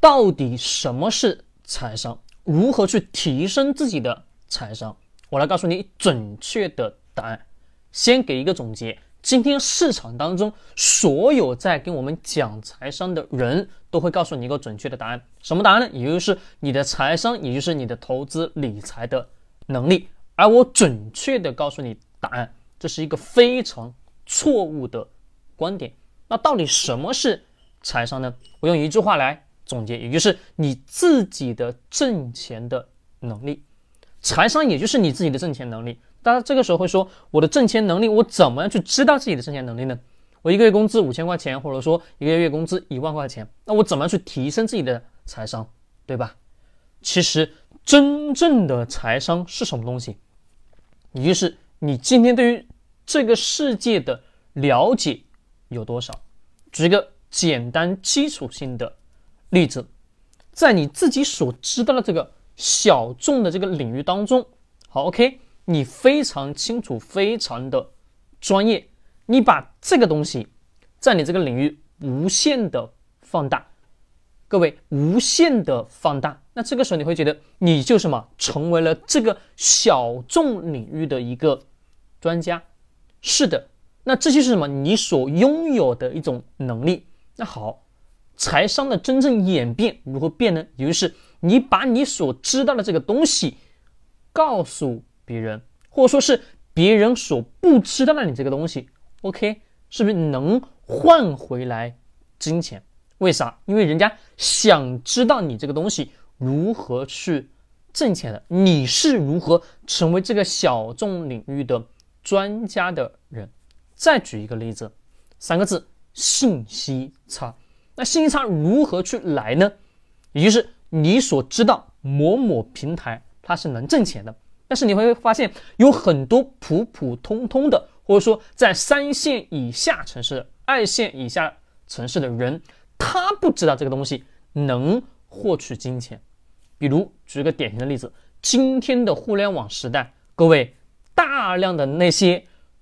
到底什么是财商？如何去提升自己的财商？我来告诉你准确的答案。先给一个总结，今天市场当中所有在跟我们讲财商的人都会告诉你一个准确的答案。什么答案呢？也就是你的财商，也就是你的投资理财的能力。而我准确的告诉你答案，这是一个非常错误的观点。那到底什么是财商呢？我用一句话来总结，也就是你自己的挣钱的能力。财商也就是你自己的挣钱能力。大家这个时候会说，我的挣钱能力，我怎么样去知道自己的挣钱能力呢？我一个月工资5000块钱，或者说一个月工资1万块钱，那我怎么样去提升自己的财商，对吧？其实真正的财商是什么东西？也就是你今天对于这个世界的了解有多少。举一个简单基础性的例子，在你自己所知道的这个小众的这个领域当中，好 OK， 你非常清楚，非常的专业，你把这个东西在你这个领域无限的放大，各位，无限的放大，那这个时候你会觉得你就什么成为了这个小众领域的一个专家。是的，那这就是什么？你所拥有的一种能力。那好，财商的真正演变如何变呢？也就是你把你所知道的这个东西告诉别人，或者说是别人所不知道的你这个东西 OK， 是不是能换回来金钱？为啥？因为人家想知道你这个东西如何去挣钱的，你是如何成为这个小众领域的专家的人。再举一个例子，3个字，信息差。那信息差如何去来呢？也就是你所知道某某平台它是能挣钱的，但是你会发现有很多普普通通的，或者说在3线以下城市、2线以下城市的人，他不知道这个东西能获取金钱。比如举个典型的例子，今天的互联网时代，各位，大量的那些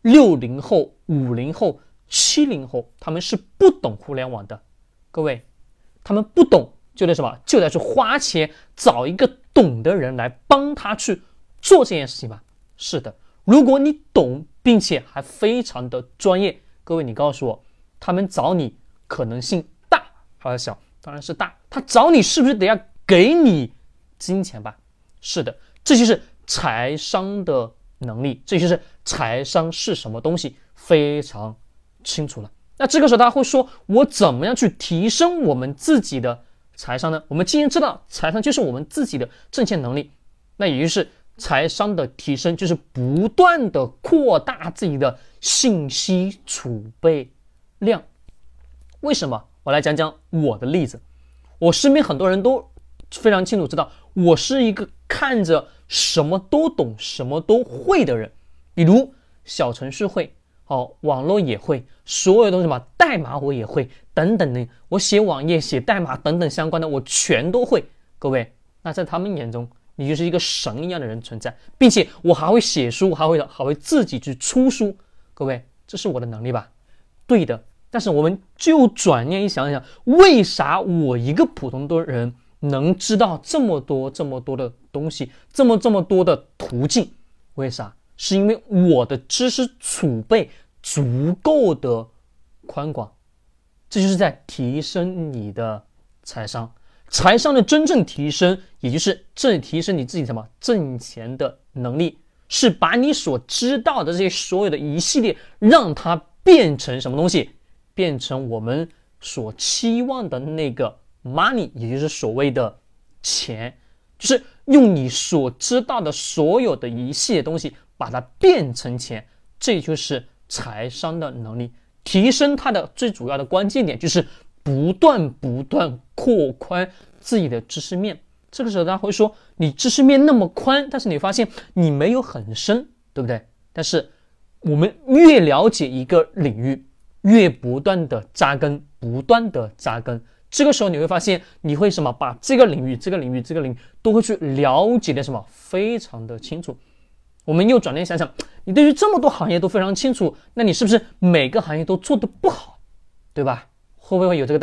60后、50后、70后，他们是不懂互联网的。各位，他们不懂就得什么？就得去花钱找一个懂的人来帮他去做这件事情吧。是的，如果你懂并且还非常的专业，各位你告诉我，他们找你可能性大还是小？当然是大。他找你是不是得要给你金钱吧？是的，这就是财商的能力，这就是财商是什么东西，非常清楚了。那这个时候大家会说，我怎么样去提升我们自己的财商呢？我们既然知道财商就是我们自己的挣钱能力，那也就是财商的提升就是不断的扩大自己的信息储备量。为什么？我来讲讲我的例子。我身边很多人都非常清楚知道，我是一个看着什么都懂、什么都会的人。比如小程序会，网络也会，所有东西嘛，代码我也会，等等的，我写网页、写代码等等相关的，我全都会。各位，那在他们眼中，你就是一个神一样的人存在，并且我还会写书，还会自己去出书。各位，这是我的能力吧？对的。但是我们就转念一想想，为啥我一个普通的人能知道这么多的东西，这么多的途径？为啥？是因为我的知识储备足够的宽广。这就是在提升你的财商。财商的真正提升，也就是提升你自己什么挣钱的能力，是把你所知道的这些所有的一系列，让它变成什么东西？变成我们所期望的那个 money， 也就是所谓的钱，就是用你所知道的所有的一系列东西把它变成钱。这就是财商的能力。提升它的最主要的关键点就是不断扩宽自己的知识面。这个时候大家会说，你知识面那么宽，但是你发现你没有很深，对不对？但是我们越了解一个领域，越不断的扎根，这个时候你会发现，你会什么？把这个领域都会去了解的什么？非常的清楚。我们又转念想想，你对于这么多行业都非常清楚，那你是不是每个行业都做得不好，对吧？会不会有这个担心？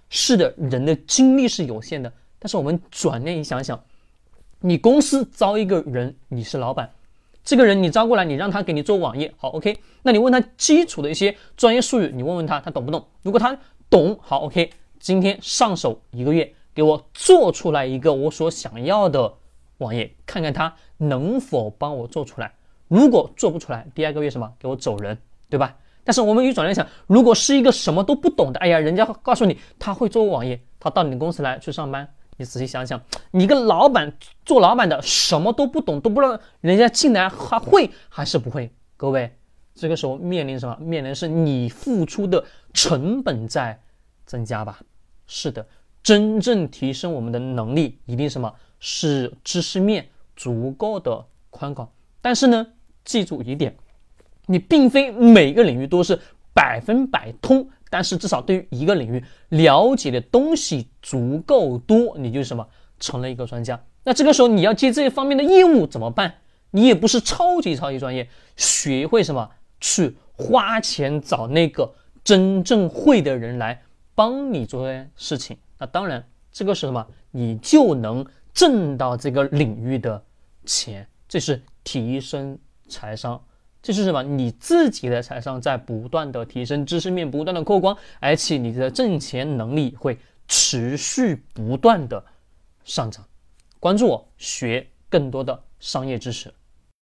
是的，人的精力是有限的，但是我们转念一想想，你公司招一个人，你是老板，这个人你招过来，你让他给你做网页，好 OK， 那你问他基础的一些专业术语，你问问他，他懂不懂？如果他懂，好 OK， 今天上手1个月，给我做出来一个我所想要的网页，看看他能否帮我做出来。如果做不出来，第2个月什么？给我走人，对吧？但是我们一转念想，如果是一个什么都不懂的，哎呀，人家告诉你他会做网页，他到你公司来去上班，你仔细想想，你一个老板做老板的什么都不懂，都不知道人家进来还会还是不会？各位，这个时候面临什么？面临是你付出的成本在增加吧？是的，真正提升我们的能力，一定什么？是知识面足够的宽广。但是呢，记住一点，你并非每个领域都是100%通，但是至少对于一个领域了解的东西足够多，你就什么成了一个专家。那这个时候你要接这一方面的业务怎么办？你也不是超级专业，学会什么去花钱找那个真正会的人来帮你做这件事情。那当然，这个是什么？你就能挣到这个领域的钱，这是提升财商。这是什么？你自己的财商在不断的提升，知识面不断的扩光，而且你的挣钱能力会持续不断的上涨。关注我，学更多的商业知识。